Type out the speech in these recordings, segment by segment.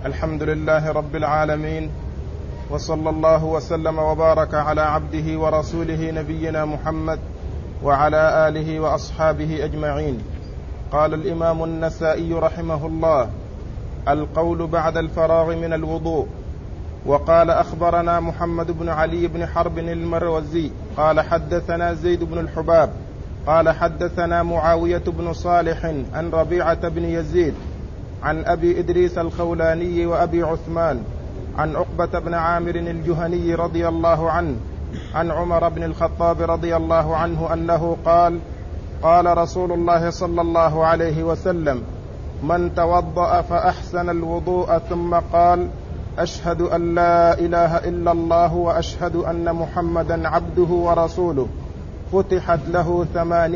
الحمد لله رب العالمين، وصلى الله وسلم وبارك على عبده ورسوله نبينا محمد وعلى آله وأصحابه أجمعين. قال الإمام النسائي رحمه الله: القول بعد الفراغ من الوضوء. وقال أخبرنا محمد بن علي بن حرب المروزي قال حدثنا زيد بن الحباب قال حدثنا معاوية بن صالح عن ربيعة بن يزيد عن أبي إدريس الخولاني وأبي عثمان عن عقبة بن عامر الجهني رضي الله عنه عن عمر بن الخطاب رضي الله عنه أنه قال: قال رسول الله صلى الله عليه وسلم: من توضأ فأحسن الوضوء ثم قال: أشهد أن لا إله إلا الله وأشهد أن محمدا عبده ورسوله، فتحت له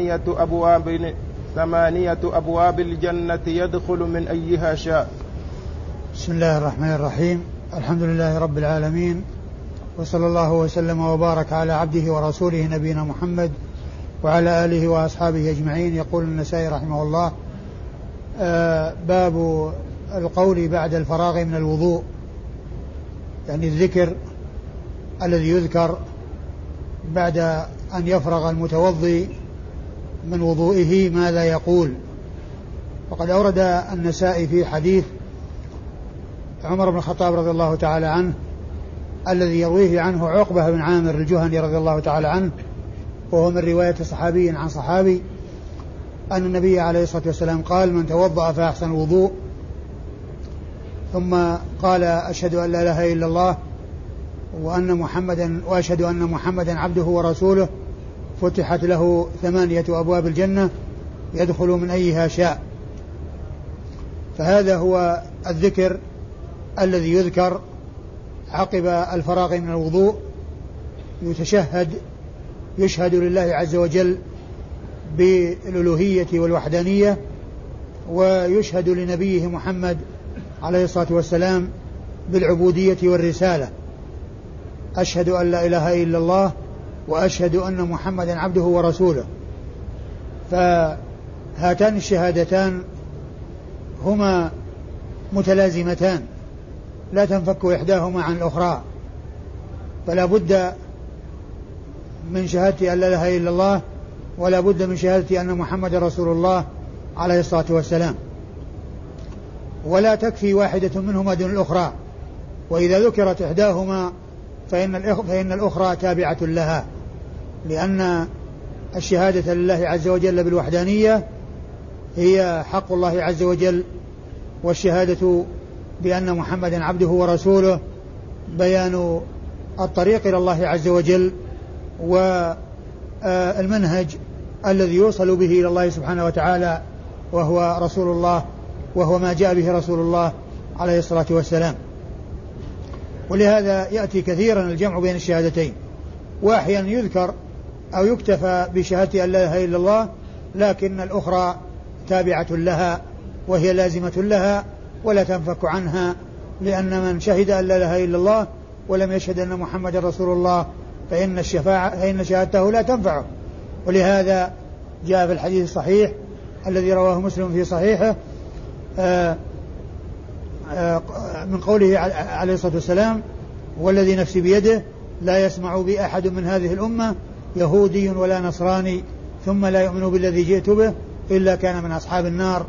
ثمانية أبواب الجنة يدخل من أيها شاء. بسم الله الرحمن الرحيم. الحمد لله رب العالمين، وصلى الله وسلم وبارك على عبده ورسوله نبينا محمد وعلى آله وأصحابه أجمعين. يقول النسائي رحمه الله: باب القول بعد الفراغ من الوضوء، يعني الذكر الذي يذكر بعد أن يفرغ المتوضي من وضوئه ماذا يقول. وقد أورد النسائي في حديث عمر بن الخطاب رضي الله تعالى عنه الذي يرويه عنه عقبة بن عامر الجهني رضي الله تعالى عنه، وهو من رواية صحابي عن صحابي، أن النبي عليه الصلاة والسلام قال: من توضأ فأحسن الوضوء ثم قال: أشهد أن لا إله إلا الله وأشهد أن محمدا عبده ورسوله، فتحت له 8 أبواب الجنة يدخل من أيها شاء. فهذا هو الذكر الذي يذكر عقب الفراغ من الوضوء، يشهد لله عز وجل بالألوهية والوحدانية، ويشهد لنبيه محمد عليه الصلاة والسلام بالعبودية والرسالة: أشهد أن لا إله إلا الله وأشهد أن محمدا عبده ورسوله. فهاتان الشهادتان هما متلازمتان لا تنفك إحداهما عن الأخرى، فلا بد من شهادة أن لا إله إلا الله ولا بد من شهادة أن محمد رسول الله عليه الصلاة والسلام، ولا تكفي واحدة منهما دون الأخرى، وإذا ذكرت إحداهما فإن الأخرى تابعة لها، لأن الشهادة لله عز وجل بالوحدانية هي حق الله عز وجل، والشهادة بأن محمدا عبده ورسوله بيان الطريق إلى الله عز وجل والمنهج الذي يوصل به إلى الله سبحانه وتعالى، وهو رسول الله، وهو ما جاء به رسول الله عليه الصلاة والسلام. ولهذا يأتي كثيرا الجمع بين الشهادتين، وأحيانا يذكر أو يكتفى بشهادة أن لا إله إلا الله، لكن الأخرى تابعة لها وهي لازمة لها ولا تنفك عنها، لأن من شهد أن لا إله إلا الله ولم يشهد أن محمد رسول الله فإن شهادته لا تنفعه. ولهذا جاء في الحديث الصحيح الذي رواه مسلم في صحيحه من قوله عليه الصلاة والسلام: والذي نفسي بيده لا يسمع بي أحد من هذه الأمة يهودي ولا نصراني ثم لا يؤمن بالذي جئت به إلا كان من أصحاب النار.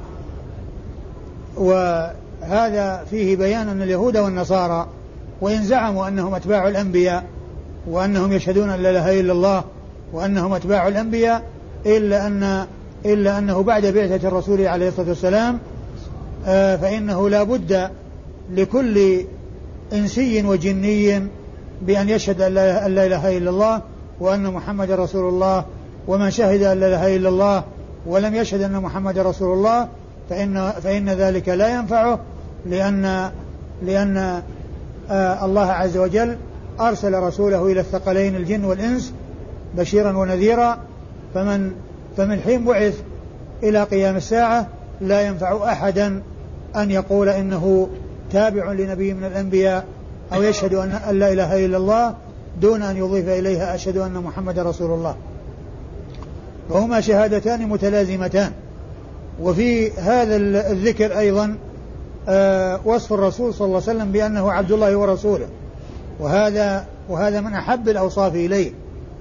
وهذا فيه بيان أن اليهود والنصارى وإن زعموا أنهم أتباع الأنبياء وأنهم يشهدون أن لا إله إلا الله وأنهم أتباع الأنبياء، إلا أنه بعد بعثة الرسول عليه الصلاة والسلام فإنه لا بد لكل إنسي وجني بأن يشهد أن لا إله إلا الله وأن محمد رسول الله، ومن شهد أن لا إله إلا الله ولم يشهد أن محمد رسول الله فإن ذلك لا ينفعه، لأن الله عز وجل أرسل رسوله إلى الثقلين الجن والإنس بشيرا ونذيرا، فمن حين بعث إلى قيام الساعة لا ينفع أحدا أن يقول إنه تابع لنبي من الأنبياء أو يشهد أن لا إله إلا الله دون أن يضيف إليها أشهد أن محمد رسول الله. وهما شهادتان متلازمتان. وفي هذا الذكر أيضا وصف الرسول صلى الله عليه وسلم بأنه عبد الله ورسوله، وهذا من أحب الأوصاف إليه،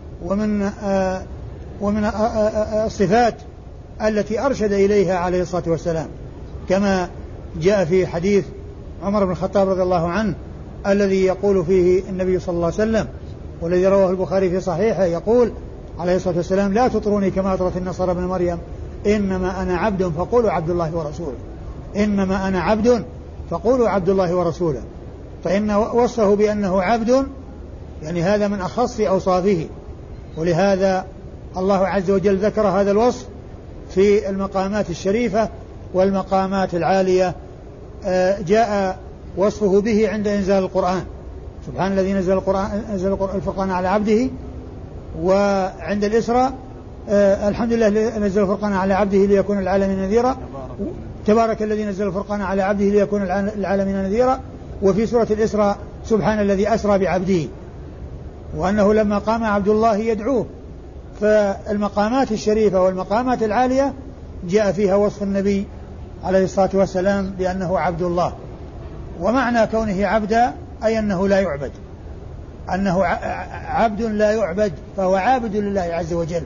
ومن الصفات التي أرشد إليها عليه الصلاة والسلام، كما جاء في حديث عمر بن الخطاب رضي الله عنه الذي يقول فيه النبي صلى الله عليه وسلم، والذي رواه البخاري في صحيحه، يقول عليه الصلاة والسلام: لا تطروني كما أطرت النصارى ابن مريم، إنما أنا عبد فقولوا عبد الله ورسوله، إنما أنا عبد فقولوا عبد الله ورسوله. فإن وصفه بأنه عبد يعني هذا من أخص أوصافه، ولهذا الله عز وجل ذكر هذا الوصف في المقامات الشريفة والمقامات العالية. جاء وصفه به عند إنزال القرآن: سبحان الذي نزل الفرقان على عبده. وعند الإسراء: الحمد لله نزل الفرقان على عبده ليكون العالمين نذيرا. تبارك الذي نزل الفرقان على عبده ليكون العالمين نذيرا. وفي سورة الإسراء: سبحان الذي أسرى بعبده، وأنه لما قام عبد الله يدعوه. فالمقامات الشريفة والمقامات العالية جاء فيها وصف النبي عليه الصلاة والسلام بأنه عبد الله. ومعنى كونه عبدا أي أنه لا يعبد، أنه عبد لا يعبد، فهو عابد لله عز وجل.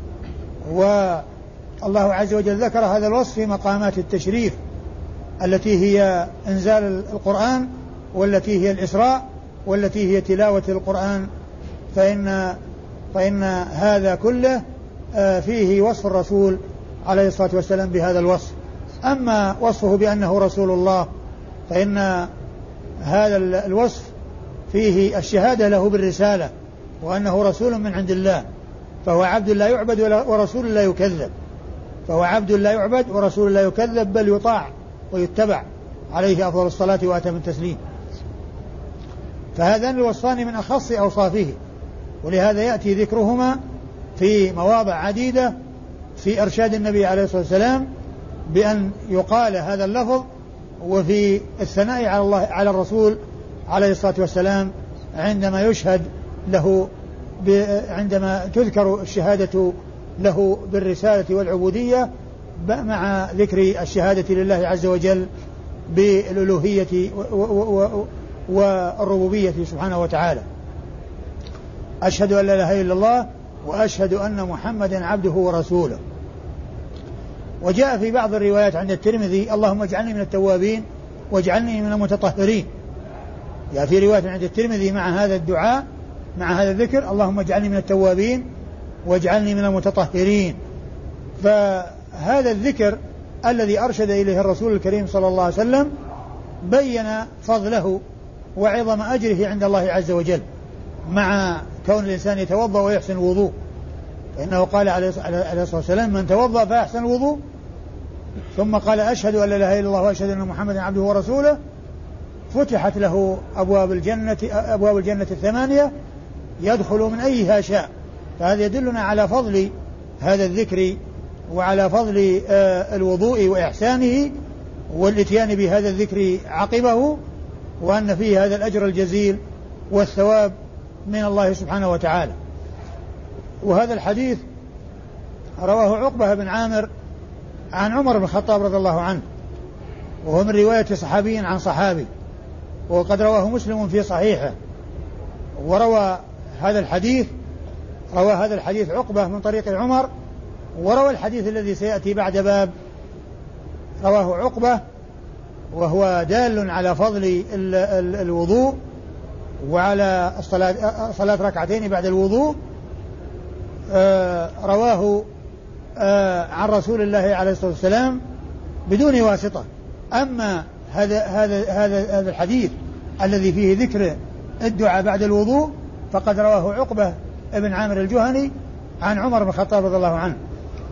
والله عز وجل ذكر هذا الوصف في مقامات التشريف التي هي إنزال القرآن، والتي هي الإسراء، والتي هي تلاوة القرآن. فإن هذا كله فيه وصف الرسول عليه الصلاة والسلام بهذا الوصف. أما وصفه بأنه رسول الله فإن هذا الوصف فيه الشهادة له بالرسالة، وأنه رسول من عند الله، فهو عبد لا يعبد ورسول لا يكذب، فهو عبد لا يعبد ورسول لا يكذب، بل يطاع ويتبع، عليه أفضل الصلاة وأتم التسليم. فهذان الوصفان من أخص أوصافه، ولهذا يأتي ذكرهما في مواضع عديدة في إرشاد النبي عليه الصلاة والسلام بأن يقال هذا اللفظ، وفي الثناء على الله على الرسول عليه الصلاة والسلام عندما يشهد له عندما تذكر الشهادة له بالرسالة والعبودية مع ذكر الشهادة لله عز وجل بالألوهية والربوبية سبحانه وتعالى. أشهد أن لا إله إلا الله وأشهد أن محمدا عبده ورسوله. وجاء في بعض الروايات عند الترمذي: اللهم اجعلني من التوابين واجعلني من المتطهرين. يعني في رواية عند الترمذي مع هذا الدعاء مع هذا الذكر: اللهم اجعلني من التوابين واجعلني من المتطهرين. فهذا الذكر الذي أرشد إليه الرسول الكريم صلى الله عليه وسلم بين فضله وعظم أجره عند الله عز وجل، مع كون الإنسان يتوضأ ويحسن الوضوء، فإنه قال عليه الصلاة والسلام: من توضأ فأحسن الوضوء ثم قال أشهد أن لا إله إلا الله وأشهد أن محمدا عبده ورسوله، فتحت له أبواب الجنة الثمانية يدخل من أيها شاء. فهذا يدلنا على فضل هذا الذكر وعلى فضل الوضوء وإحسانه والإتيان بهذا الذكر عقبه، وأن فيه هذا الأجر الجزيل والثواب من الله سبحانه وتعالى. وهذا الحديث رواه عقبة بن عامر عن عمر بن الخطاب رضي الله عنه، وهو من رواية صحابي عن صحابي، وقد رواه مسلم في صحيحه. وروى هذا الحديث عقبة من طريق عمر، وروى الحديث الذي سيأتي بعد باب رواه عقبة، وهو دال على فضل الوضوء وعلى صلاة ركعتين بعد الوضوء. رواه عن رسول الله عليه الصلاة والسلام بدون واسطة. أما هذا الحديث الذي فيه ذكر الدعاء بعد الوضوء فقد رواه عقبة ابن عامر الجهني عن عمر بن الخطاب رضي الله عنه.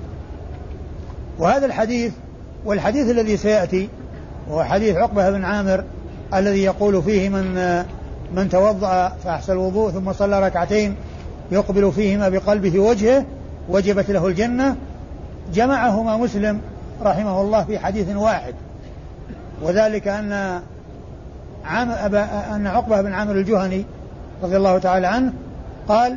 وهذا الحديث والحديث الذي سيأتي وهو حديث عقبة بن عامر الذي يقول فيه: من توضأ فأحسن الوضوء ثم صلى ركعتين يقبل فيهما بقلبه وجهه وجبت له الجنة، جمعهما مسلم رحمه الله في حديث واحد. وذلك أن عقبة بن عامر الجهني رضي الله تعالى عنه قال: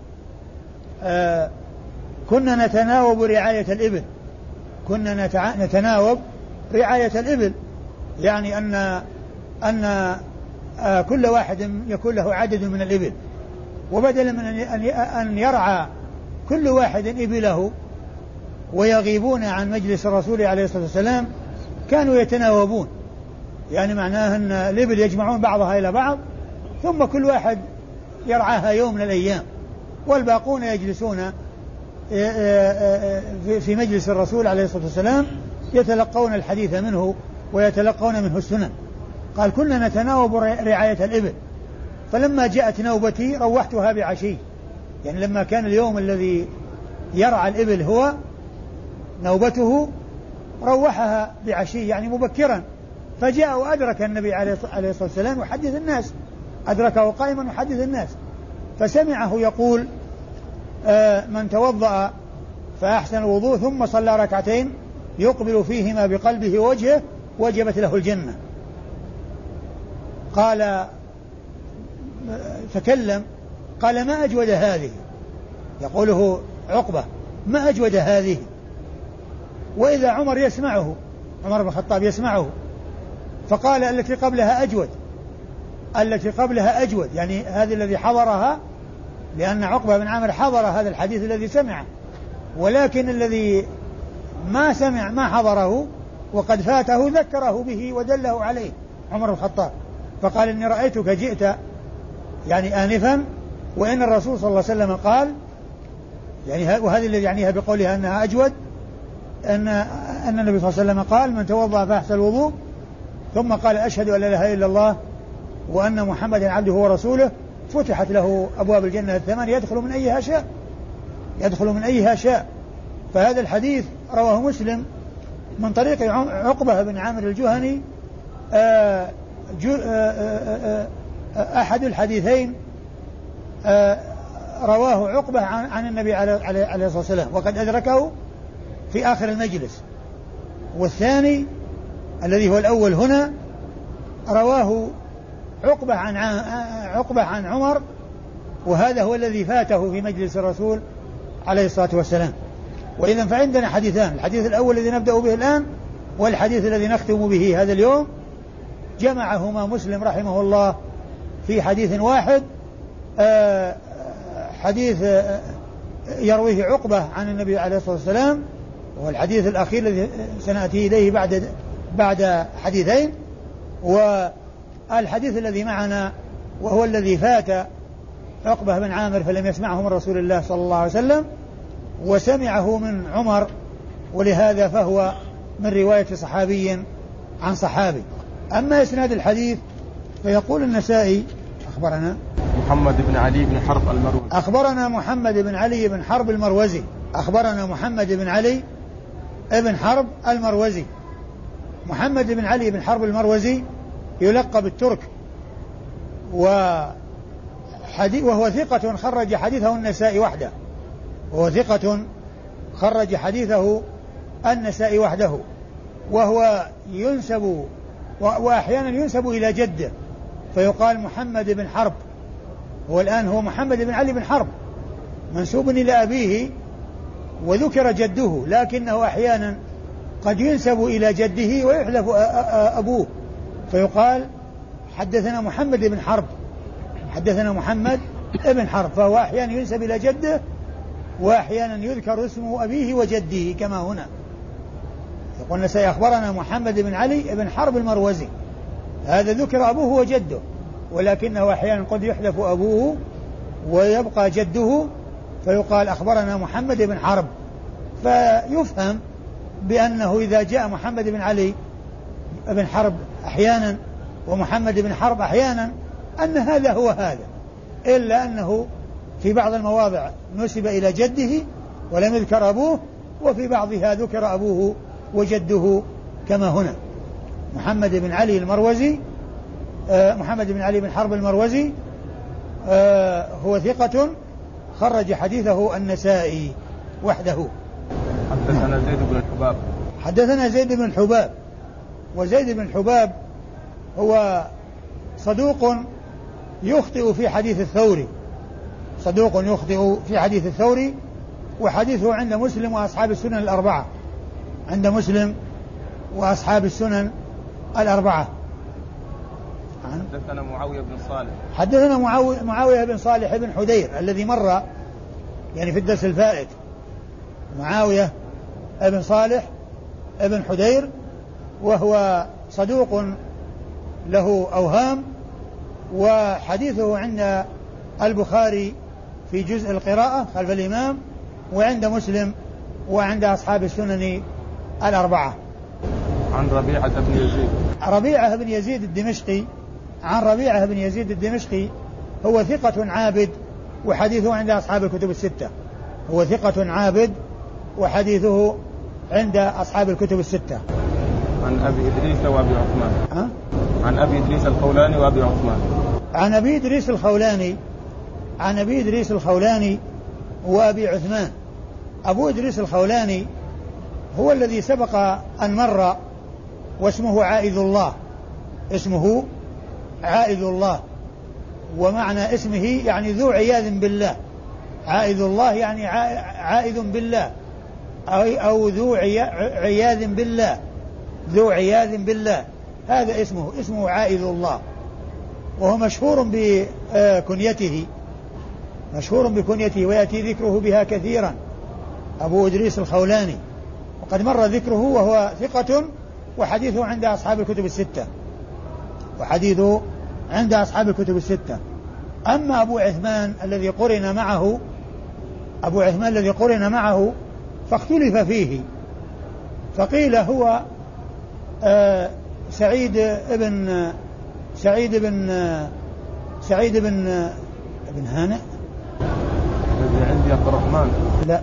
كنا نتناوب رعاية الإبل، يعني أن كل واحد يكون له عدد من الإبل، وبدلا من أن يرعى كل واحد إبله ويغيبون عن مجلس الرسول عليه الصلاة والسلام كانوا يتناوبون، يعني معناه أن الإبل يجمعون بعضها إلى بعض ثم كل واحد يرعاها يوم من الأيام، والباقون يجلسون في مجلس الرسول عليه الصلاة والسلام يتلقون الحديث منه ويتلقون منه السنن. قال كنا نتناوب رعاية الإبل، فلما جاءت نوبتي روحتها بعشي، يعني لما كان اليوم الذي يرعى الإبل هو نوبته روحها بعشي يعني مبكرا، فجاء وأدرك النبي عليه الصلاة والسلام يحدث الناس، أدركه قائما يحدث الناس، فسمعه يقول من توضأ فأحسن الوضوء ثم صلى ركعتين يقبل فيهما بقلبه ووجهه وجبت له الجنة. قال تكلم قال ما أجود هذه، يقوله عقبة ما أجود هذه، وإذا عمر يسمعه، عمر بن الخطاب يسمعه، فقال التي قبلها أجود، التي قبلها أجود، يعني هذه الذي حضرها، لأن عقبة بن عامر حضر هذا الحديث الذي سمعه، ولكن الذي ما سمع ما حضره وقد فاته ذكره به ودله عليه عمر بن الخطاب، فقال إني رأيتك جئت يعني آنفا وإن الرسول صلى الله عليه وسلم قال، يعني وهذه الذي يعنيها بقولها أنها أجود أن النبي صلى الله عليه وسلم قال من توضأ فأحسن الوضوء ثم قال أشهد أن لا إله إلا الله وأن محمدا عبده ورسوله فتحت له أبواب الجنة الثمان يدخل من أيها شاء، يدخل من أيها شاء. فهذا الحديث رواه مسلم من طريق عقبة بن عامر الجهني، أحد الحديثين رواه عقبة عن النبي عليه الصلاة والسلام وقد أدركه في آخر المجلس، والثاني الذي هو الأول هنا رواه عقبة عن عمر، وهذا هو الذي فاته في مجلس الرسول عليه الصلاة والسلام. وإذا فعندنا حديثان، الحديث الأول الذي نبدأ به الآن والحديث الذي نختم به هذا اليوم، جمعهما مسلم رحمه الله في حديث واحد، حديث يرويه عقبة عن النبي عليه الصلاة والسلام، والحديث الأخير الذي سنأتي إليه بعد حديثين، والحديث الذي معنا وهو الذي فات عقبة بن عامر فلم يسمعه من رسول الله صلى الله عليه وسلم وسمعه من عمر، ولهذا فهو من رواية صحابي عن صحابي. أما إسناد الحديث فيقول النسائي أخبرنا محمد بن علي بن حرب المروزي، أخبرنا محمد بن علي بن حرب المروزي، أخبرنا محمد بن علي بن حرب المروزي. محمد بن علي بن حرب المروزي يلقب الترك، وهو ثقة خرج حديثه النسائي وحده، وهو ثقة خرج حديثه النسائي وحده، وهو ينسب وأحيانا ينسب إلى جده فيقال محمد بن حرب، والآن هو محمد بن علي بن حرب منسوب إلى أبيه وذكر جده، لكنه أحيانا قد ينسب إلى جده ويحذف أبوه فيقال حدثنا محمد بن حرب، حدثنا محمد بن حرب، فهو أحيانا ينسب إلى جده وأحيانا يذكر اسمه أبيه وجده كما هنا. يقول سيخبرنا محمد بن علي بن حرب المروزي، هذا ذكر أبوه وجده، ولكنه أحيانا قد يحذف أبوه ويبقى جده فيقال أخبرنا محمد بن حرب، فيفهم بأنه إذا جاء محمد بن علي بن حرب أحيانا ومحمد بن حرب أحيانا أن هذا هو هذا، إلا أنه في بعض المواضع نسب إلى جده ولم يذكر أبوه، وفي بعضها ذكر أبوه وجده كما هنا. محمد بن علي المروزي، محمد بن علي بن حرب المروزي هو ثقة خرج حديثه النسائي وحده. حدثنا زيد بن الحباب، حدثنا زيد بن الحباب، وزيد بن الحباب هو صدوق يخطئ في حديث الثوري، صدوق يخطئ في حديث الثوري، وحديثه عند مسلم وأصحاب السنن الأربعة، عند مسلم وأصحاب السنن الأربعة. حدثنا معاوية بن صالح. حدثنا معاوية بن صالح بن حدير الذي مر يعني في الدرس الفائت. معاوية بن صالح بن حدير وهو صدوق له أوهام، وحديثه عند البخاري في جزء القراءة خلف الإمام، وعند مسلم، وعند أصحاب السنن الأربعة. عن ربيعة بن يزيد. ربيعة بن يزيد الدمشقي. عن ربيعة بن يزيد الدمشقي هو ثقة عابد وحديثه عند أصحاب الكتب الستة. هو ثقة عابد وحديثه عند أصحاب الكتب الستة. عن أبي إدريس وأبي عثمان. عن أبي إدريس الخولاني وأبي عثمان. عن أبي إدريس الخولاني. عن أبي إدريس الخولاني وأبي عثمان. أبو إدريس الخولاني هو الذي سبق أن مر، واسمه عائذ الله. اسمه عائذ الله، ومعنى اسمه يعني ذو عياذ بالله. عائذ الله يعني عائذ بالله أو ذو عياذ بالله. ذو عياذ بالله هذا اسمه عائذ الله، وهو مشهور بكنيته. مشهور بكنيته ويأتي ذكره بها كثيرا. أبو إدريس الخولاني وقد مر ذكره، وهو ثقة وحديثه عند أصحاب الكتب الستة. وحديثه عند أصحاب الكتب الستة. أما أبو عثمان الذي قرن معه، أبو عثمان الذي قرن معه فاختلف فيه، فقيل هو سعيد بن هانئ. الذي عندي عبد الرحمن. لا،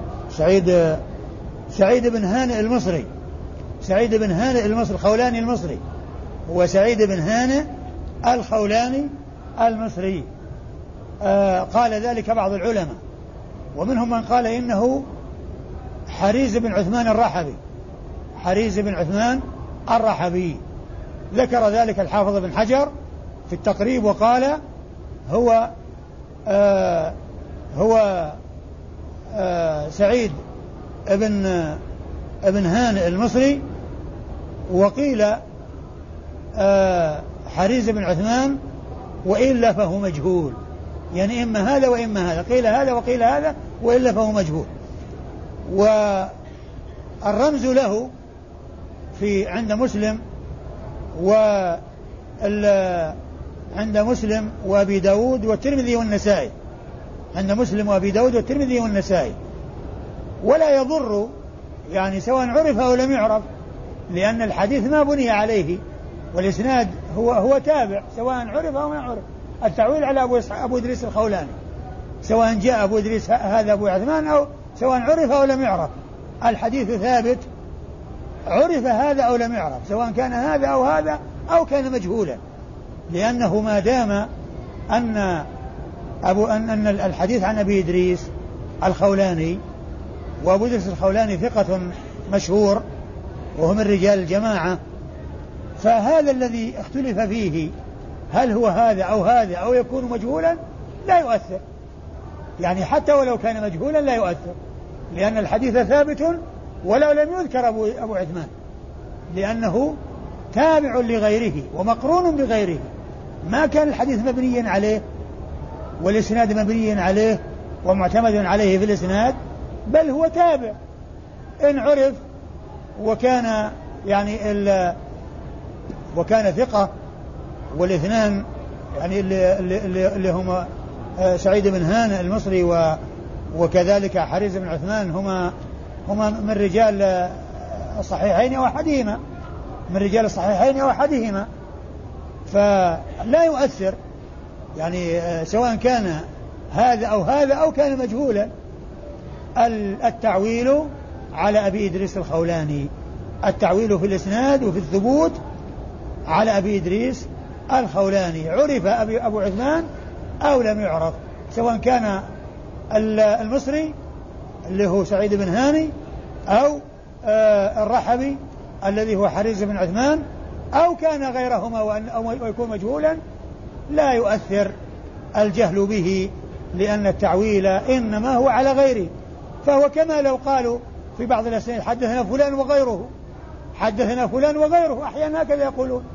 سعيد بن هانئ المصري. سعيد بن هانئ المصري الخولاني المصري. هو سعيد بن هانئ الخولاني المصري. قال ذلك بعض العلماء، ومنهم من قال إنه حريز بن عثمان الرحبي. حريز بن عثمان الرحبي. ذكر ذلك الحافظ بن حجر في التقريب وقال هو سعيد ابن هانئ المصري. وقيل حريز بن عثمان، وإلا فهو مجهول، يعني إما هذا وإما هذا. قيل هذا وقيل هذا، وإلا فهو مجهول. والرمز له عند مسلم عند مسلم وأبي داود والترمذي والنسائي. عند مسلم وأبي داود والترمذي والنسائي. ولا يضر يعني سواء عرف أو لم يعرف، لأن الحديث ما بني عليه، والإسناد هو تابع سواء عرف أو ما عرف. التعويل على أبو إدريس الخولاني، سواء جاء أبو إدريس هذا أبو عثمان أو سواء عرف أو لم يعرف، الحديث ثابت عرف هذا أو لم يعرف، سواء كان هذا أو هذا أو كان مجهولا. لأنه ما دام أن الحديث عن أبي إدريس الخولاني، وأبو إدريس الخولاني ثقة مشهور وهو من رجال الجماعة، فهذا الذي اختلف فيه هل هو هذا أو هذا أو يكون مجهولا لا يؤثر، يعني حتى ولو كان مجهولا لا يؤثر، لأن الحديث ثابت ولو لم يذكر أبو عثمان، لأنه تابع لغيره ومقرون بغيره. ما كان الحديث مبنيا عليه والإسناد مبنيا عليه ومعتمد عليه في الإسناد، بل هو تابع إن عرف وكان وكان ثقة. والاثنان يعني اللي هما سعيد بن هانئ المصري وكذلك حريز بن عثمان هما من رجال الصحيحين أو أحدهما، من رجال الصحيحين أو أحدهما، فلا يؤثر يعني سواء كان هذا أو هذا أو كان مجهولا. التعويل على أبي إدريس الخولاني، التعويل في الإسناد وفي الثبوت على أبي إدريس الخولاني، عرف أبو عثمان أو لم يعرف، سواء كان المصري اللي هو سعيد بن هاني أو الرحبي الذي هو حريز بن عثمان أو كان غيرهما أو يكون مجهولا، لا يؤثر الجهل به، لأن التعويل إنما هو على غيره. فهو كما لو قالوا في بعض الأسئلة حدثنا فلان وغيره، حدثنا فلان وغيره، أحيانا هكذا يقولون،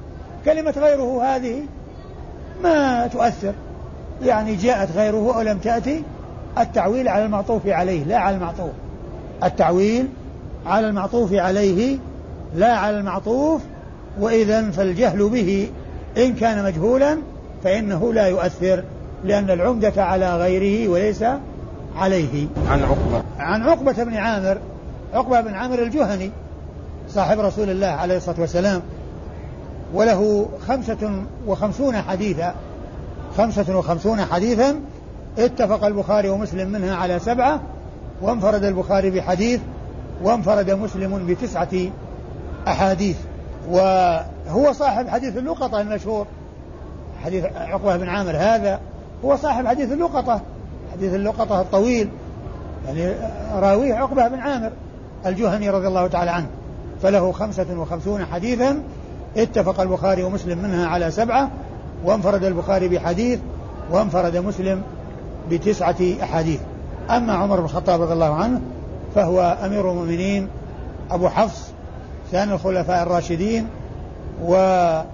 فكلمة غيره هذه ما تؤثر، يعني جاءت غيره أو لم تأتي، التعويل على المعطوف عليه لا على المعطوف، التعويل على المعطوف عليه لا على المعطوف. وإذن فالجهل به إن كان مجهولا فإنه لا يؤثر، لأن العمدة على غيره وليس عليه. عن عقبة بن عامر، عقبة بن عامر الجهني صاحب رسول الله عليه الصلاة والسلام، وله 55 حديثا، 55 حديثا اتفق البخاري ومسلم منها على 7، وانفرد البخاري بحديث، وانفرد مسلم ب9 أحاديث. وهو صاحب حديث اللقطة المشهور، حديث عقبة بن عامر هذا هو صاحب حديث اللقطة، حديث اللقطة الطويل، يعني راويه عقبة بن عامر الجهني رضي الله تعالى عنه، فله 55 حديثا اتفق البخاري ومسلم منها على 7، وانفرد البخاري بحديث، وانفرد مسلم ب9 أحاديث. أما عمر بن الخطاب رضي الله عنه فهو أمير المؤمنين أبو حفص ثاني الخلفاء الراشدين، وأحد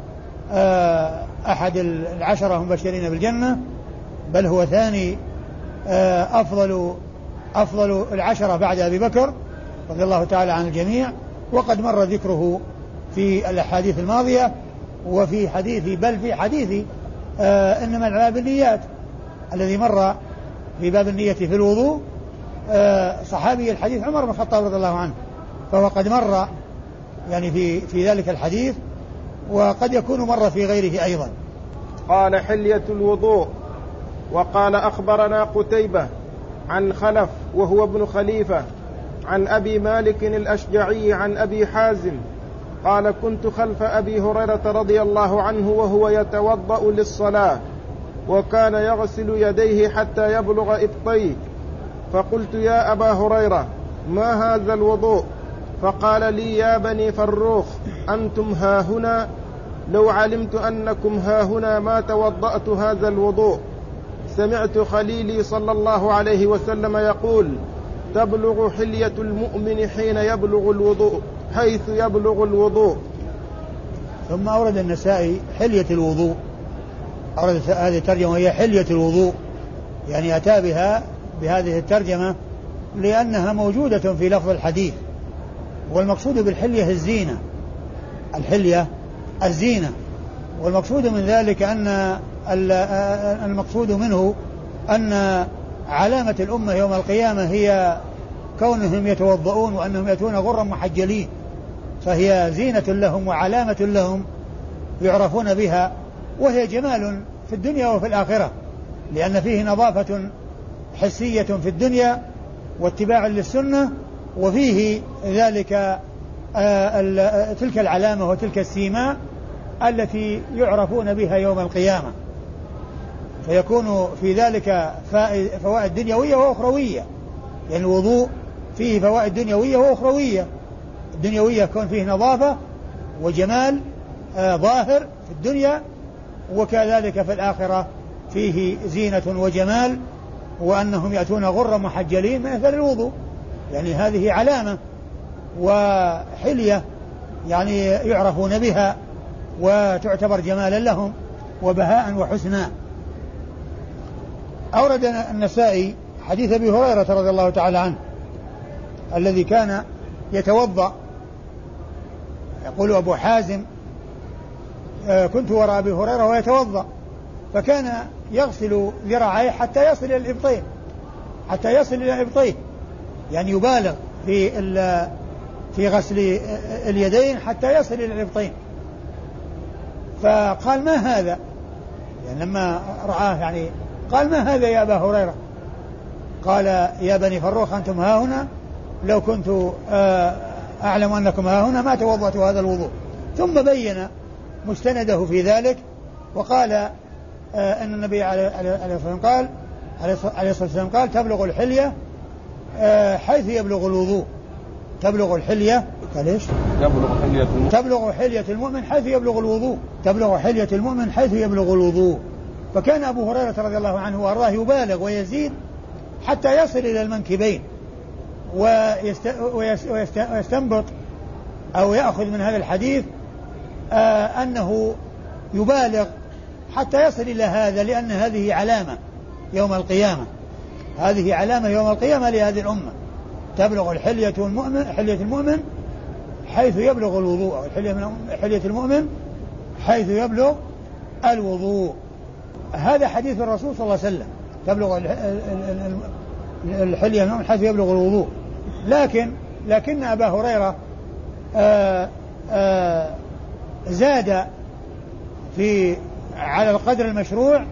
10 المبشرين بالجنة، بل هو ثاني أفضل 10 بعد أبي بكر رضي الله تعالى عن الجميع. وقد مر ذكره في الأحاديث الماضية، وفي حديث، بل في حديث إنما الأعمال بالنيات الذي مر في باب النية في الوضوء، صحابي الحديث عمر بن الخطاب رضي الله عنه، فهو قد مر يعني في ذلك الحديث، وقد يكون مر في غيره أيضا. قال حلية الوضوء. وقال أخبرنا قتيبة عن خلف وهو ابن خليفة عن أبي مالك الأشجعي عن أبي حازم قال كنت خلف أبي هريرة رضي الله عنه وهو يتوضأ للصلاة، وكان يغسل يديه حتى يبلغ إبطيه، فقلت يا أبا هريرة ما هذا الوضوء؟ فقال لي يا بني فروخ أنتم هاهنا، لو علمت أنكم هاهنا ما توضأت هذا الوضوء. سمعت خليلي صلى الله عليه وسلم يقول تبلغ حلية المؤمن حين يبلغ الوضوء حيث يبلغ الوضوء. ثم أورد النسائي حلية الوضوء، أورد هذه الترجمة وهي حلية الوضوء، يعني أتى بها بهذه الترجمة لأنها موجودة في لفظ الحديث، والمقصود بالحلية الزينة، الحلية الزينة، والمقصود من ذلك أن المقصود منه أن علامة الأمة يوم القيامة هي كونهم يتوضؤون وأنهم يأتون غرا محجلين، فهي زينة لهم وعلامة لهم يعرفون بها، وهي جمال في الدنيا وفي الآخرة، لأن فيه نظافة حسية في الدنيا واتباع للسنة، وفيه ذلك تلك العلامة وتلك السيماء التي يعرفون بها يوم القيامة، فيكون في ذلك فوائد دنيوية وأخروية، يعني الوضوء فيه فوائد دنيوية وأخروية. الدنيوية يكون فيه نظافة وجمال ظاهر في الدنيا، وكذلك في الآخرة فيه زينة وجمال، وأنهم يأتون غرا محجلين من أثر الوضوء، يعني هذه علامة وحلية يعني يعرفون بها وتعتبر جمالا لهم وبهاء وحسنا. أورد النسائي حديث أبي هريرة رضي الله تعالى عنه الذي كان يتوضأ، يقول أبو حازم كنت وراء أبي هريرة ويتوضأ، فكان يغسل ذراعيه حتى يصل إلى الإبطين، حتى يصل إلى الإبطين، يعني يبالغ في غسل اليدين حتى يصل إلى الإبطين. فقال ما هذا؟ يعني لما رآه يعني قال ما هذا يا أبا هريرة؟ قال يا بني فروخ أنتم هاهنا، لو كنت أعلم أنكم هاهنا ما توضأت هذا الوضوء. ثم بين مستنده في ذلك وقال أن النبي عليه الصلاة والسلام قال تبلغ الحلية حيث يبلغ الوضوء، تبلغ الحلية قال إيش؟ تبلغ حلية المؤمن حيث يبلغ الوضوء، تبلغ حلية المؤمن حيث يبلغ الوضوء. فكان أبو هريرة رضي الله عنه وأرضاه يبالغ ويزيد حتى يصل إلى المنكبين، ويستنبط أو يأخذ من هذا الحديث أنه يبالغ حتى يصل إلى هذا، لأن هذه علامة يوم القيامة، هذه علامة يوم القيامة لهذه الأمة. تبلغ حلية المؤمن حيث يبلغ الوضوء، أو حلية المؤمن حيث يبلغ الوضوء. هذا حديث الرسول صلى الله عليه وسلم، تبلغ الحلية المؤمن حيث يبلغ الوضوء. لكن أبا هريرة زاد على القدر المشروع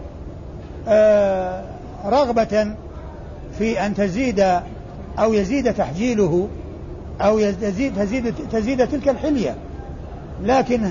رغبة في أن تزيد أو يزيد تحجيله أو تزيد تلك الحلية. لكن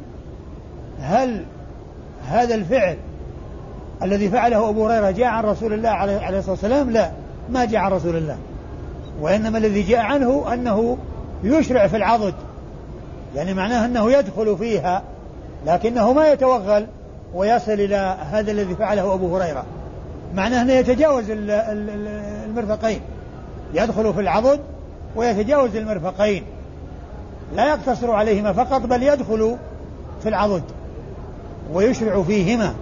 هل هذا الفعل الذي فعله أبو هريرة جاء عن رسول الله عليه الصلاة والسلام؟ لا، ما جاء عن رسول الله، وإنما الذي جاء عنه أنه يشرع في العضد، يعني معناه أنه يدخل فيها لكنه ما يتوغل ويصل إلى هذا الذي فعله أبو هريرة، معناه أنه يتجاوز المرفقين، يدخل في العضد ويتجاوز المرفقين، لا يقتصر عليهما فقط بل يدخل في العضد ويشرع فيهما.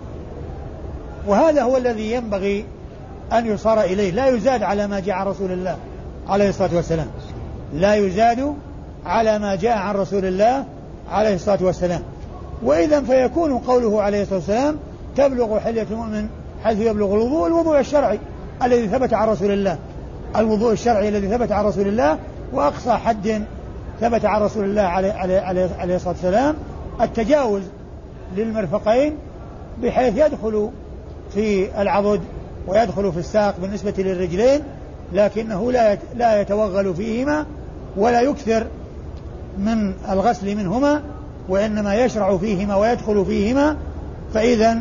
وهذا هو الذي ينبغي أن يصار إليه، لا يزاد على ما جاء عن رسول الله عليه الصلاة والسلام، لا يزاد على ما جاء عن رسول الله عليه الصلاة والسلام. وإذا فيكون قوله عليه الصلاة والسلام تبلغ حلية المؤمن حيث يبلغ الوضوء، الوضوء الشرعي الذي ثبت عن رسول الله، الوضوء الشرعي الذي ثبت عن رسول الله، وأقصى حد ثبت عن رسول الله عليه الصلاة والسلام التجاوز للمرفقين بحيث يدخل في العضد ويدخل في الساق بالنسبة للرجلين، لكنه لا يتوغل فيهما ولا يكثر من الغسل منهما، وإنما يشرع فيهما ويدخل فيهما. فإذا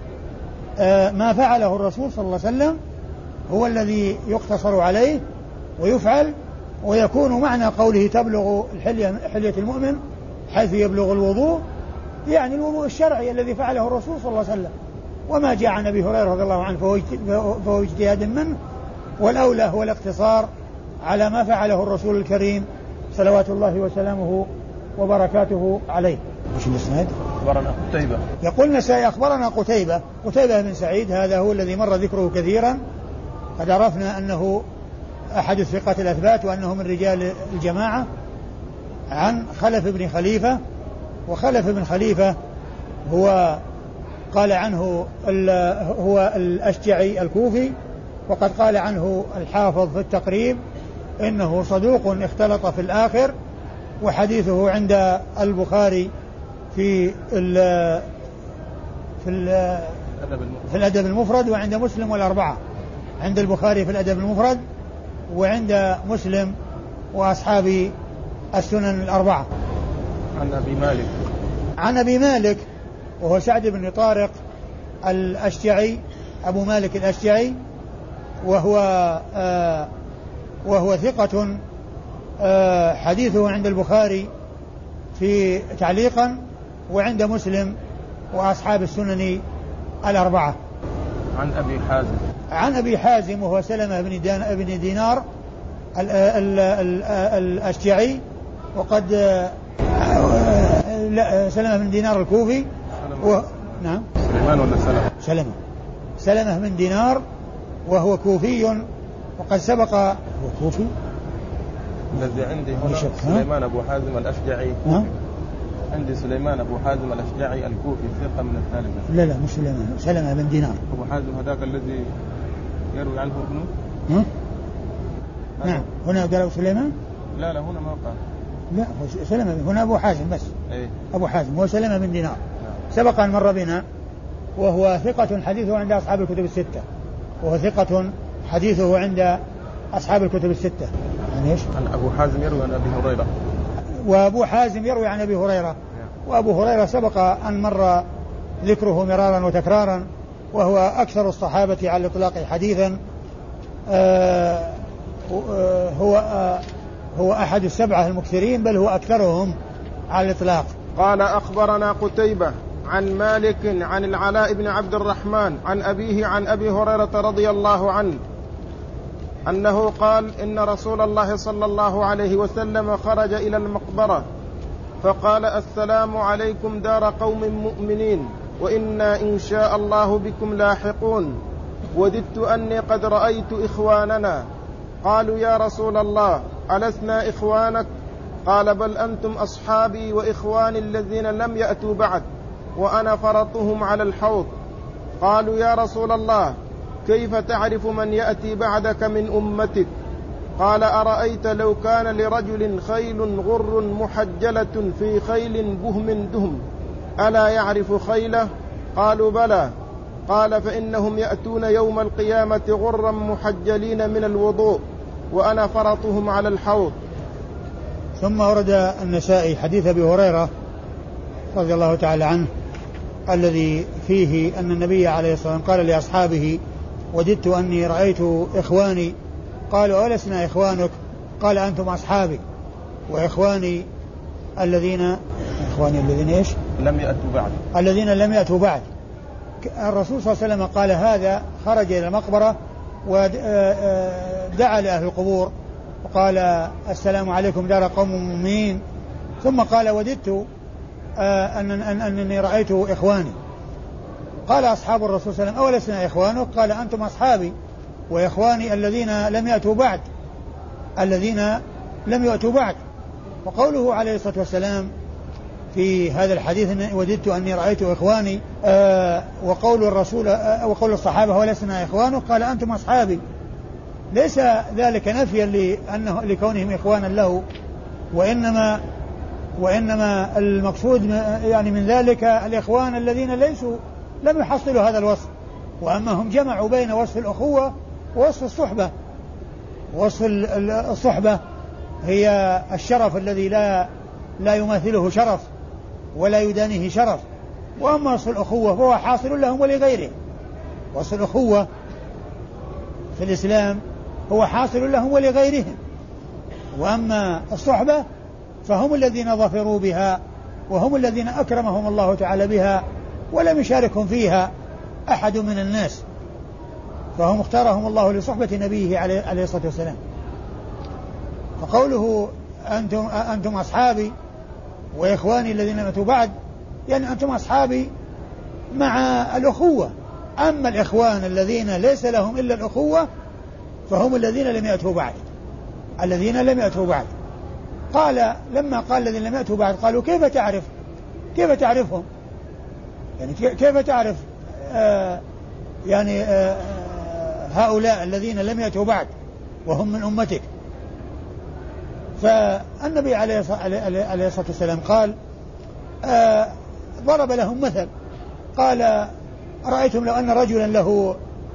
ما فعله الرسول صلى الله عليه وسلم هو الذي يقتصر عليه ويفعل، ويكون معنى قوله تبلغ حلية المؤمن حيث يبلغ الوضوء، يعني الوضوء الشرعي الذي فعله الرسول صلى الله عليه وسلم. وما جاء عن أبي هريرة رضي الله عنه فهو اجتهاد منه، والأولى هو الاقتصار على ما فعله الرسول الكريم صلوات الله وسلامه وبركاته عليه. وش الإسناد؟ أخبرنا قتيبة. يقول النسائي أخبرنا قتيبة بن سعيد، هذا هو الذي مر ذكره كثيرا، قد عرفنا أنه أحد الثقات الأثبات وأنه من رجال الجماعة، عن خلف بن خليفة. وخلف بن خليفة هو قال عنه هو الأشجعي الكوفي، وقد قال عنه الحافظ في التقريب إنه صدوق اختلط في الآخر، وحديثه عند البخاري في الأدب المفرد، وعند مسلم والأربعة، عند البخاري في الأدب المفرد، وعند مسلم وأصحاب السنن الأربعة. عن أبي مالك وهو سعد بن طارق الأشجعي، أبو مالك الأشجعي، وهو ثقة، حديثه عند البخاري في تعليقا، وعند مسلم وأصحاب السنن الأربعة. عن أبي حازم وهو سلمة بن دينار الأشجعي، وقد سلمة بن دينار الكوفي. نعم، سليمان ولا سلمة بن دينار، وهو كوفي، وقد سبق. هو كوفي الذي عندي هنا سليمان أبو حازم الأشجعي. عندي سليمان أبو حازم الأشجعي الكوفي، ثقة من الثالثة. لا مش سليمان، سلمة بن دينار. أبو حازم هذاك الذي يروي عنه ابنه. نعم، هنا قالوا سليمان. لا هنا ما قال. لا، هو سلمة، هنا أبو حازم بس. أبو حازم هو سلمة بن دينار. سبق أن مر بنا، وهو ثقة حديثه عند أصحاب الكتب الستة، عند أصحاب الكتب الستة. يعني إيش؟ عن أبو حازم يروي عن أبي هريرة. وأبو حازم يروي عن أبي هريرة. وأبو هريرة سبق أن مر ذكره مرارا وتكرارا، وهو أكثر الصحابة على الإطلاق حديثا. هو أحد السبعة المكثرين، بل هو أكثرهم على الإطلاق. قال أخبرنا قتيبة عن مالك عن العلاء بن عبد الرحمن عن أبيه عن أبي هريرة رضي الله عنه أنه قال إن رسول الله صلى الله عليه وسلم خرج إلى المقبرة فقال: السلام عليكم دار قوم مؤمنين، وإنا إن شاء الله بكم لاحقون، وددت أني قد رأيت إخواننا. قالوا: يا رسول الله، ألسنا إخوانك؟ قال: بل أنتم أصحابي وإخواني الذين لم يأتوا بعد، وأنا فرطهم على الحوض. قالوا: يا رسول الله، كيف تعرف من يأتي بعدك من أمتك؟ قال: أرأيت لو كان لرجل خيل غر محجلة في خيل بهم دهم، ألا يعرف خيله؟ قالوا: بلى. قال: فإنهم يأتون يوم القيامة غرا محجلين من الوضوء، وأنا فرطهم على الحوض. ثم ورد النسائي حديث أبي هريرة رضي الله تعالى عنه الذي فيه أن النبي عليه الصلاة والسلام قال لأصحابه: وددت أني رأيت إخواني. قالوا: ألسنا إخوانك؟ قال: أنتم أصحابي وإخواني الذين إيش؟ لم يأتوا بعد. الذين لم يأتوا بعد. الرسول صلى الله عليه وسلم قال هذا، خرج إلى المقبرة ودعا لأهل القبور وقال: السلام عليكم دار قوم مؤمنين، ثم قال: وددت أنني رأيت إخواني. قال أصحاب الرسول صلى الله عليه وسلم: أولسنا إخوانك؟ قال: أنتم أصحابي وإخواني الذين لم يأتوا بعد، الذين لم يأتوا بعد. وقوله عليه الصلاة والسلام في هذا الحديث: وددت أني رأيت إخواني، وقول الرسول وقول الصحابة: ولسنا إخوانك؟ قال: أنتم أصحابي. ليس ذلك نفيا لكونهم إخوانا له، وإنما المقصود يعني من ذلك الإخوان الذين لم يحصلوا هذا الوصف، وأما هم جمعوا بين وصف الأخوة ووصف الصحبة. وصف الصحبة هي الشرف الذي لا يماثله شرف ولا يدانيه شرف، وأما وصف الأخوة فهو حاصل لهم ولغيرهم. وصف الأخوة في الإسلام هو حاصل لهم ولغيرهم، وأما الصحبة فهم الذين ظفروا بها، وهم الذين أكرمهم الله تعالى بها ولم يشاركهم فيها أحد من الناس، فهم اختارهم الله لصحبة نبيه عليه الصلاة والسلام. فقوله أنتم أصحابي وإخواني الذين أتوا بعد، يعني أنتم أصحابي مع الأخوة. أما الإخوان الذين ليس لهم إلا الأخوة فهم الذين لم يأتوا بعد، الذين لم يأتوا بعد. قال لما قال الذين لم يأتوا بعد قالوا: كيف تعرفهم؟ يعني كيف تعرف هؤلاء الذين لم يأتوا بعد وهم من أمتك؟ فالنبي عليه الصلاة والسلام قال ضرب لهم مثل، قال: أرأيتم لو أن رجلا له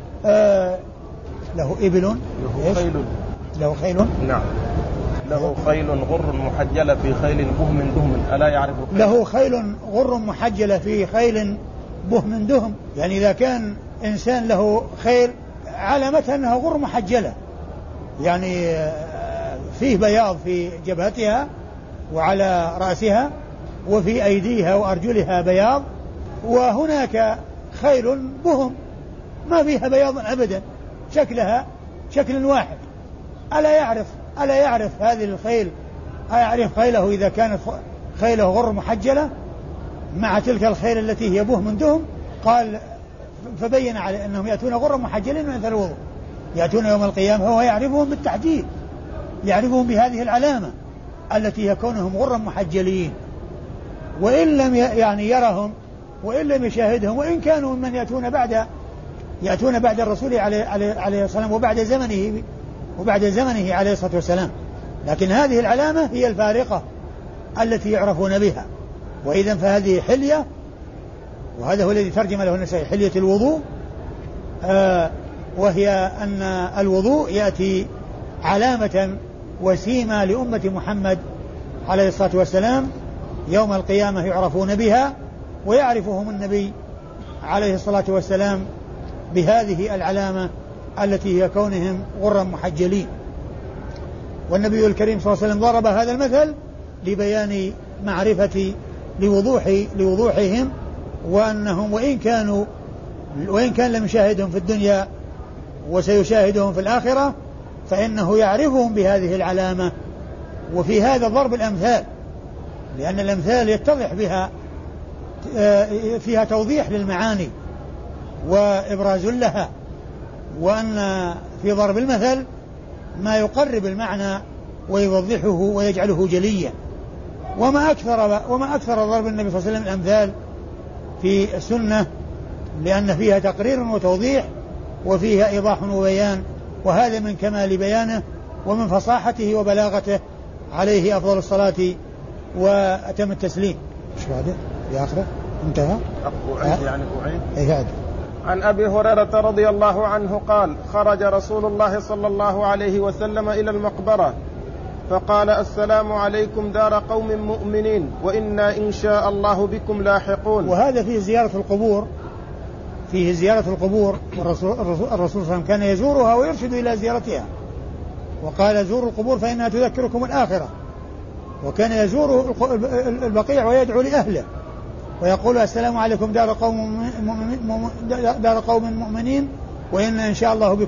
إبل، له خيل، نعم، له خيل غر محجلة في خيل بهم دهم، ألا يعرف خيل؟ له خيل غر محجلة في خيل بهم دهم، يعني إذا كان إنسان له خيل علامة أنها غر محجلة، يعني فيه بياض في جبهتها وعلى رأسها وفي أيديها وأرجلها بياض، وهناك خيل بهم ما فيها بياض أبدا، شكلها شكل واحد. ألا يعرف هذه الخيل، أيعرف خيله إذا كانت خيله غر محجلة مع تلك الخيل التي هي بهم دهم؟ قال فبين على أنهم يأتون غر محجلين من الوضوء، يأتون يوم القيامة هو يعرفهم بالتحديد، يعرفهم بهذه العلامة التي يكونهم غر محجلين، وإن لم يرهم وإن لم يشاهدهم، وإن كانوا من يأتون بعد الرسول عليه السلام وبعد زمنه عليه الصلاة والسلام، لكن هذه العلامة هي الفارقة التي يعرفون بها. وإذن فهذه حلية، وهذا هو الذي ترجم له النسائي حلية الوضوء، وهي أن الوضوء يأتي علامة وسيمة لأمة محمد عليه الصلاة والسلام يوم القيامة يعرفون بها، ويعرفهم النبي عليه الصلاة والسلام بهذه العلامة التي هي كونهم غرا محجلين. والنبي الكريم صلى الله عليه وسلم ضرب هذا المثل لبيان معرفة لوضوحهم، وأنهم وإن كان لم يشاهدهم في الدنيا وسيشاهدهم في الآخرة فإنه يعرفهم بهذه العلامة. وفي هذا ضرب الأمثال لأن الأمثال يتضح بها فيها توضيح للمعاني وإبراز لها، وأن في ضرب المثل ما يقرب المعنى ويوضحه ويجعله جليا. وما أكثر ضرب النبي صلى الله عليه وسلم الأمثال في السنة، لأن فيها تقرير وتوضيح وفيها إيضاح وبيان، وهذا من كمال بيانه ومن فصاحته وبلاغته عليه أفضل الصلاة وأتم التسليم. مش بعده في آخره انتهى أعيد. عن أبي هريرة رضي الله عنه قال: خرج رسول الله صلى الله عليه وسلم إلى المقبرة فقال: السلام عليكم دار قوم مؤمنين وإنا إن شاء الله بكم لاحقون. وهذا فيه زيارة القبور، والرسول صلى الله عليه وسلم كان يزورها ويرشد إلى زيارتها، وقال: زوروا القبور فإنها تذكركم الآخرة. وكان يزور البقيع ويدعو لأهله ويقول: السلام عليكم دار قوم مؤمنين وإنا إن شاء الله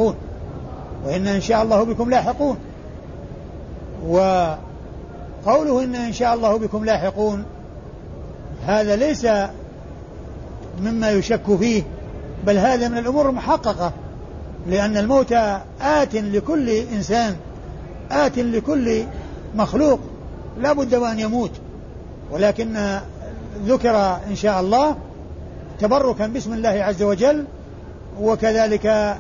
بكم لاحقون. وقوله إن شاء الله بكم لاحقون هذا ليس مما يشك فيه، بل هذا من الأمور المحققة، لأن الموت آت لكل إنسان، آت لكل مخلوق، لا بد وأن يموت، ولكن ذكر إن شاء الله تبركا باسم الله عز وجل، وكذلك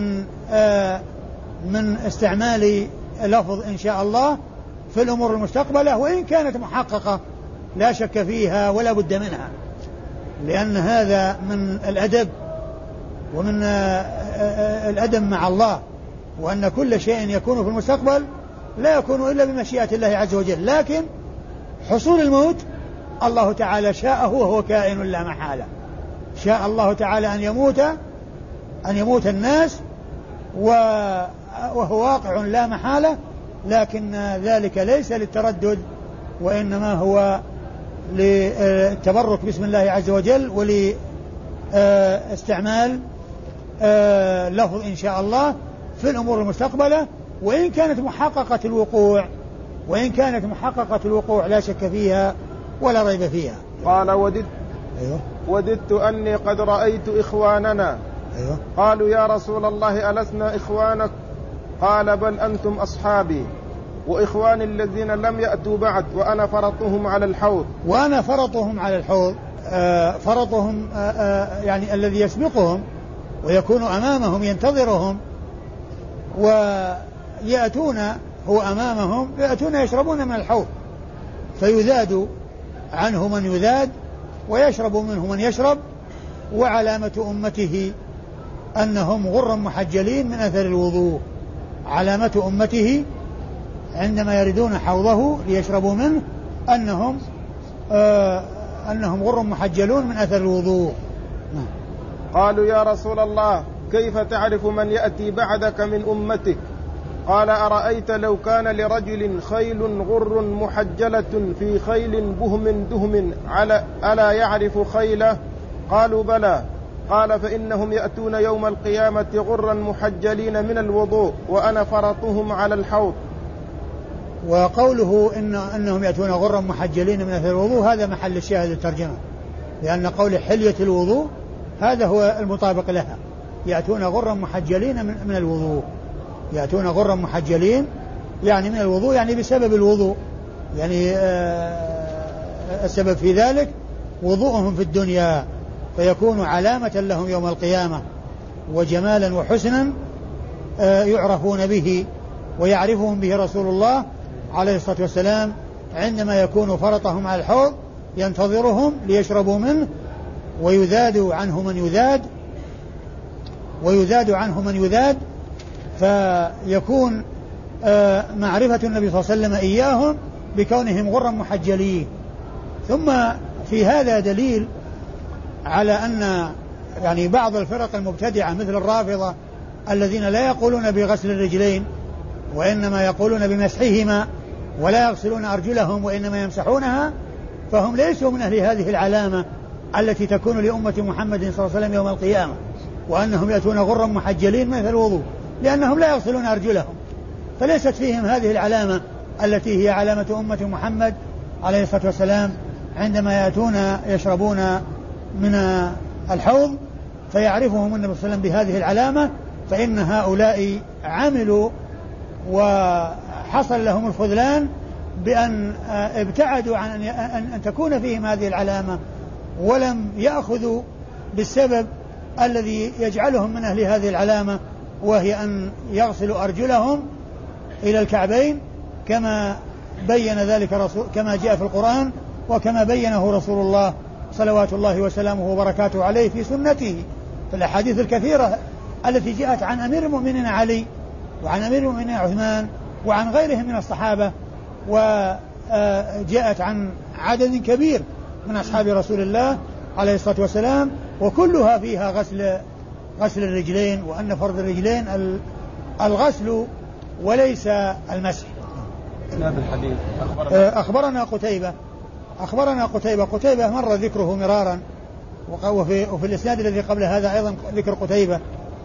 من استعمال لفظ إن شاء الله في الأمور المستقبلة، وإن كانت محققة لا شك فيها ولا بد منها، لأن هذا من الأدب ومن الأدب مع الله، وأن كل شيء يكون في المستقبل لا يكون إلا بمشيئة الله عز وجل، لكن حصول الموت الله تعالى شاءه وهو كائن لا محالة. شاء الله تعالى أن يموت الناس وهو واقع لا محالة، لكن ذلك ليس للتردد، وإنما هو للتبرك باسم الله عز وجل ولاستعمال لفظ إن شاء الله في الأمور المستقبلة، وإن كانت محققة الوقوع لا شك فيها ولا ريب فيها. قال: وددت أني قد رأيت إخواننا. قالوا: يا رسول الله ألسنا إخوانك؟ قال: بل أنتم أصحابي وإخواني الذين لم يأتوا بعد وأنا فرطهم على الحوض. فرطهم يعني الذي يسبقهم ويكون أمامهم ينتظرهم ويأتون هو أمامهم، يأتون يشربون من الحوض، فيذاد عنه من يذاد ويشرب منه من يشرب. وعلامة أمته أنهم غر محجلين من أثر الوضوء. علامة أمته عندما يردون حوضه ليشربوا منه أنهم غر محجلون من أثر الوضوء. قالوا: يا رسول الله كيف تعرف من يأتي بعدك من أمتك؟ قال: أرأيت لو كان لرجل خيل غر محجلة في خيل بهم دهم ألا يعرف خيله؟ قالوا: بلى. قال: فإنهم يأتون يوم القيامة غرا محجلين من الوضوء وأنا فرطهم على الحوض. وقوله أنهم يأتون غرا محجلين من أثر الوضوء هذا محل الشاهد الترجمة، لأن قول حلية الوضوء هذا هو المطابق لها. يأتون غرا محجلين من الوضوء، يأتون غرا محجلين يعني من الوضوء، يعني بسبب الوضوء، يعني السبب في ذلك وضوءهم في الدنيا، فيكون علامة لهم يوم القيامة وجمالا وحسنا يعرفون به ويعرفهم به رسول الله عليه الصلاة والسلام عندما يكون فرطهم على الحوض ينتظرهم ليشربوا منه ويذاد عنه من يذاد فيكون معرفة النبي صلى الله عليه وسلم إياهم بكونهم غرا محجلين. ثم في هذا دليل على أن يعني بعض الفرق المبتدعة مثل الرافضة الذين لا يقولون بغسل الرجلين وإنما يقولون بمسحهما ولا يغسلون أرجلهم وإنما يمسحونها، فهم ليسوا من أهل هذه العلامة التي تكون لأمة محمد صلى الله عليه وسلم يوم القيامة، وأنهم يأتون غرا محجلين مثل الوضوء لأنهم لا يغسلون أرجلهم، فليست فيهم هذه العلامة التي هي علامة أمة محمد عليه الصلاة والسلام عندما يأتون يشربون من الحوض فيعرفهم النبي صلى الله عليه وسلم بهذه العلامة، فإن هؤلاء عملوا وحصل لهم الخذلان بأن ابتعدوا عن أن تكون فيهم هذه العلامة، ولم يأخذوا بالسبب الذي يجعلهم من أهل هذه العلامة، وهي أن يغسلوا أرجلهم إلى الكعبين كما بين ذلك كما جاء في القرآن وكما بينه رسول الله صلوات الله وسلامه وبركاته عليه في سنته في الأحاديث الكثيرة التي جاءت عن أمير المؤمنين علي وعن أمير المؤمنين عثمان وعن غيرهم من الصحابة، وجاءت عن عدد كبير من أصحاب رسول الله عليه الصلاة والسلام، وكلها فيها غسل الرجلين، وأن فرض الرجلين الغسل وليس المسح. الحديث أخبرنا قتيبة مر ذكره مرارا، وفي الإسناد الذي قبل هذا أيضا ذكر قتيبة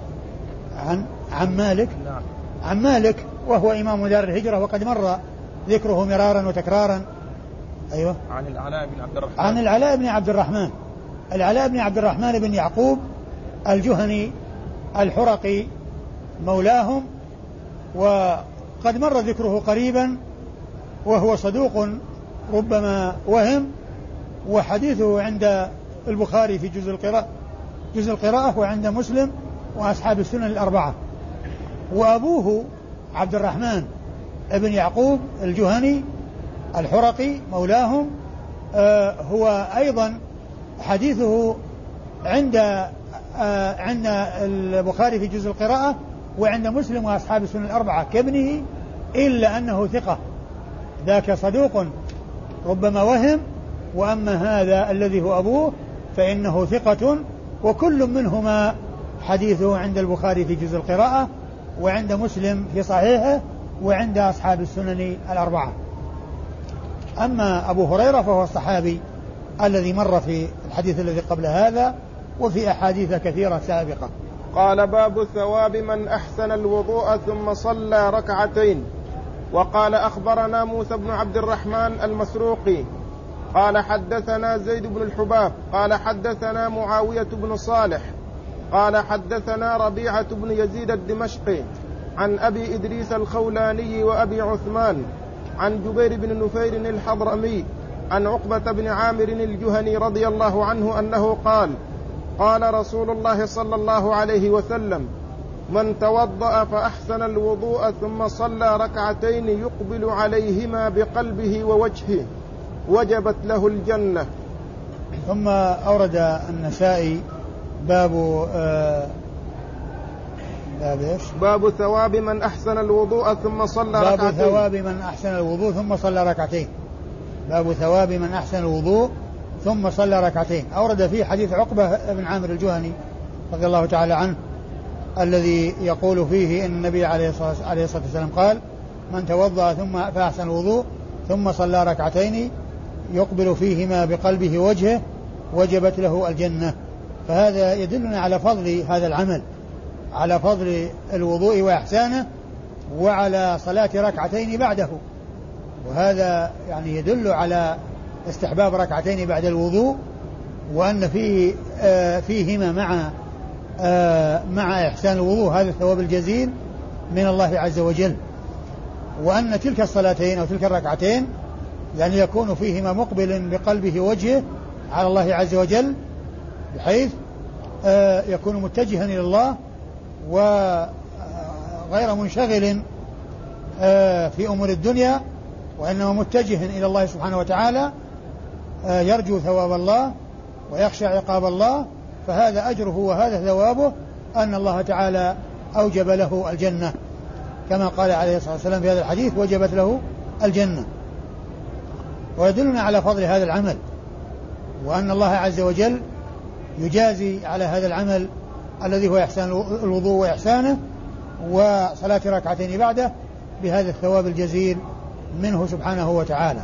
عن مالك. نعم. عن مالك وهو إمام دار الهجرة، وقد مر ذكره مرارا وتكرارا. أيوة. عن العلاء بن عبد الرحمن. عن العلاء بن عبد الرحمن بن يعقوب الجهني الحرقي مولاهم، وقد مر ذكره قريبا، وهو صدوق ربما وهم، وحديثه عند البخاري في جزء القراءة وعند مسلم وأصحاب السنن الأربعة. وأبوه عبد الرحمن ابن يعقوب الجهني الحرقي مولاهم هو أيضا حديثه عند البخاري في جزء القراءة وعند مسلم وأصحاب السنن الأربعة كابنه، إلا أنه ثقة، ذاك صدوق ربما وهم، وأما هذا الذي هو أبوه فإنه ثقة، وكل منهما حديثه عند البخاري في جزء القراءة وعند مسلم في صحيحه وعند أصحاب السنن الأربعة. أما أبو هريرة فهو الصحابي الذي مر في الحديث الذي قبل هذا وفي أحاديث كثيرة سابقة. قال: باب ثواب من أحسن الوضوء ثم صلى ركعتين. وقال: أخبرنا موسى بن عبد الرحمن المسروقي قال: حدثنا زيد بن الحباب قال: حدثنا معاوية بن صالح قال: حدثنا ربيعة بن يزيد الدمشقي عن أبي إدريس الخولاني وأبي عثمان عن جبير بن نفير الحضرمي عن عقبة بن عامر الجهني رضي الله عنه أنه قال: قال رسول الله صلى الله عليه وسلم: من توضأ فأحسن الوضوء ثم صلى ركعتين يقبل عليهما بقلبه ووجهه وجبت له الجنة. ثم أورد النسائي باب ثواب من أحسن الوضوء ثم صلى ركعتين. باب ثواب من أحسن الوضوء ثم صلى ركعتين. باب ثواب من أحسن الوضوء ثم صلى ركعتين. أورد فيه حديث عقبة بن عامر الجهني رضي الله تعالى عنه الذي يقول فيه إن النبي عليه الصلاة والسلام قال: من توضأ ثم فأحسن الوضوء ثم صلى ركعتين يقبل فيهما بقلبه وجهه وجبت له الجنة. فهذا يدلنا على فضل هذا العمل، على فضل الوضوء وإحسانه، وعلى صلاة ركعتين بعده. وهذا يعني يدل على استحباب ركعتين بعد الوضوء، وأن فيهما مع إحسان الوضوء هذا الثواب الجزيل من الله عز وجل، وأن تلك الصلاتين أو تلك الركعتين يعني يكون فيهما مقبل بقلبه وجهه على الله عز وجل، بحيث يكون متجها إلى الله وغير منشغل في أمور الدنيا، وإنه متجه إلى الله سبحانه وتعالى يرجو ثواب الله ويخشى عقاب الله. فهذا أجره وهذا ثوابه أن الله تعالى أوجب له الجنة، كما قال عليه الصلاة والسلام في هذا الحديث: وجبت له الجنة. ويدلنا على فضل هذا العمل، وأن الله عز وجل يجازي على هذا العمل الذي هو إحسان الوضوء وإحسانه وصلاة ركعتين بعده بهذا الثواب الجزيل منه سبحانه وتعالى.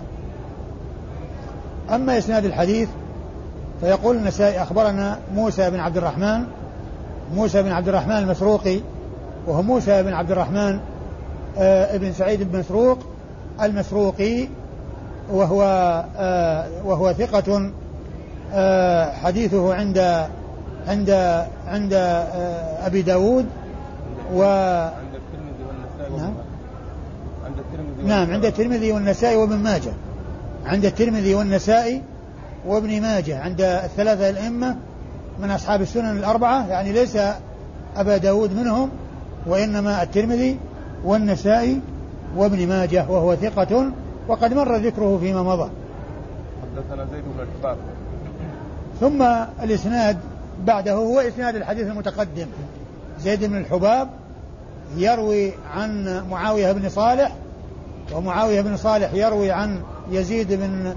أما إسناد الحديث فيقول النسائي: أخبرنا موسى بن عبد الرحمن المسروقي، وهو موسى بن عبد الرحمن ابن سعيد بن مسروق المسروقي وهو ثقة حديثه عند أبي داود عند الترمذي والنسائي. نعم عند الترمذي والنسائي وابن ماجه. عند الترمذي والنسائي وابن ماجه، عند الثلاثة الأئمة من أصحاب السنن الأربعة، يعني ليس أبا داود منهم، وإنما الترمذي والنسائي وابن ماجه، وهو ثقة وقد مر ذكره فيما مضى. حدثنا زيد بن الحباب. ثم الإسناد بعده هو إسناد الحديث المتقدم. زيد بن الحباب يروي عن معاوية بن صالح، ومعاوية بن صالح يروي عن يزيد بن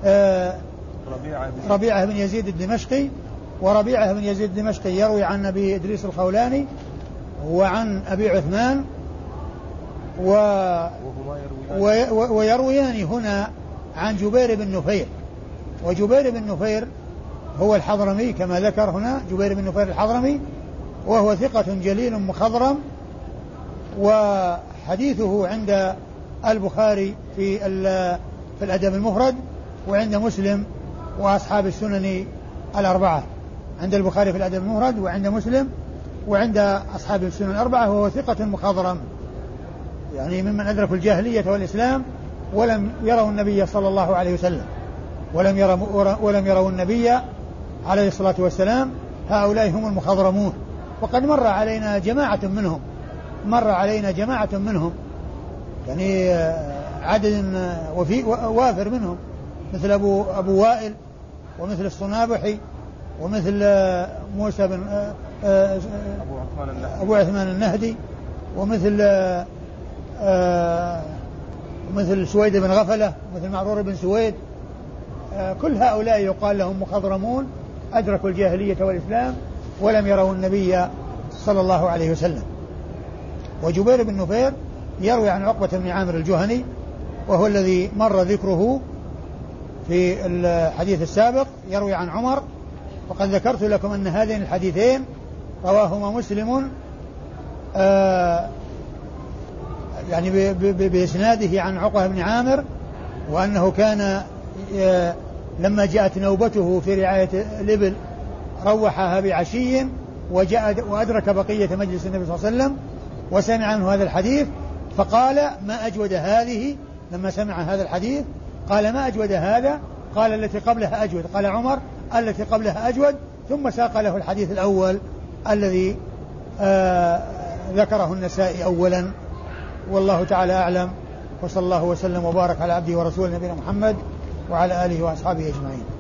ربيعة بن يزيد الدمشقي، وربيعة بن يزيد الدمشقي يروي عن أبي إدريس الخولاني وعن أبي عثمان، ويرويان هنا عن جبير بن نفير. وجبير بن نفير هو الحضرمي كما ذكر هنا، جبير بن نفير الحضرمي، وهو ثقة جليل مخضرم، وحديثه عند البخاري في الأدب المفرد، وعند مسلم وأصحاب السنن الأربعة. عند البخاري في الأدب المفرد، وعند مسلم، وعند أصحاب السنن الأربعة، وهو ثقة مخضرم، يعني ممن أدركوا الجاهلية والإسلام ولم يروا النبي صلى الله عليه وسلم، ولم يروا النبي عليه الصلاة والسلام. هؤلاء هم المخضرمون، وقد مر علينا جماعة منهم يعني عدد وافر منهم، مثل أبو وائل، ومثل الصنابحي، ومثل موسى بن أبو عثمان النهدي، ومثل سويد بن غفلة، ومثل معرور بن سويد. كل هؤلاء يقال لهم مخضرمون، أدركوا الجاهلية والإسلام ولم يروا النبي صلى الله عليه وسلم. وجبير بن نفير يروي عن عقبة بن عامر الجهني، وهو الذي مر ذكره في الحديث السابق، يروي عن عمر. وقد ذكرت لكم أن هذين الحديثين رواهما مسلم يعني بإسناده عن عقبة بن عامر، وأنه كان لما جاءت نوبته في رعاية الإبل روحها بعشي، وأدرك بقية مجلس النبي صلى الله عليه وسلم وسمع عنه هذا الحديث، فقال ما أجود هذه. لما سمع هذا الحديث قال ما أجود هذا، قال التي قبلها أجود، قال عمر التي قبلها أجود، ثم ساق له الحديث الأول الذي ذكره النسائي أولا. والله تعالى أعلم، وصلى الله وسلم وبارك على عبده ورسوله نبينا محمد وعلى آله وأصحابه أجمعين.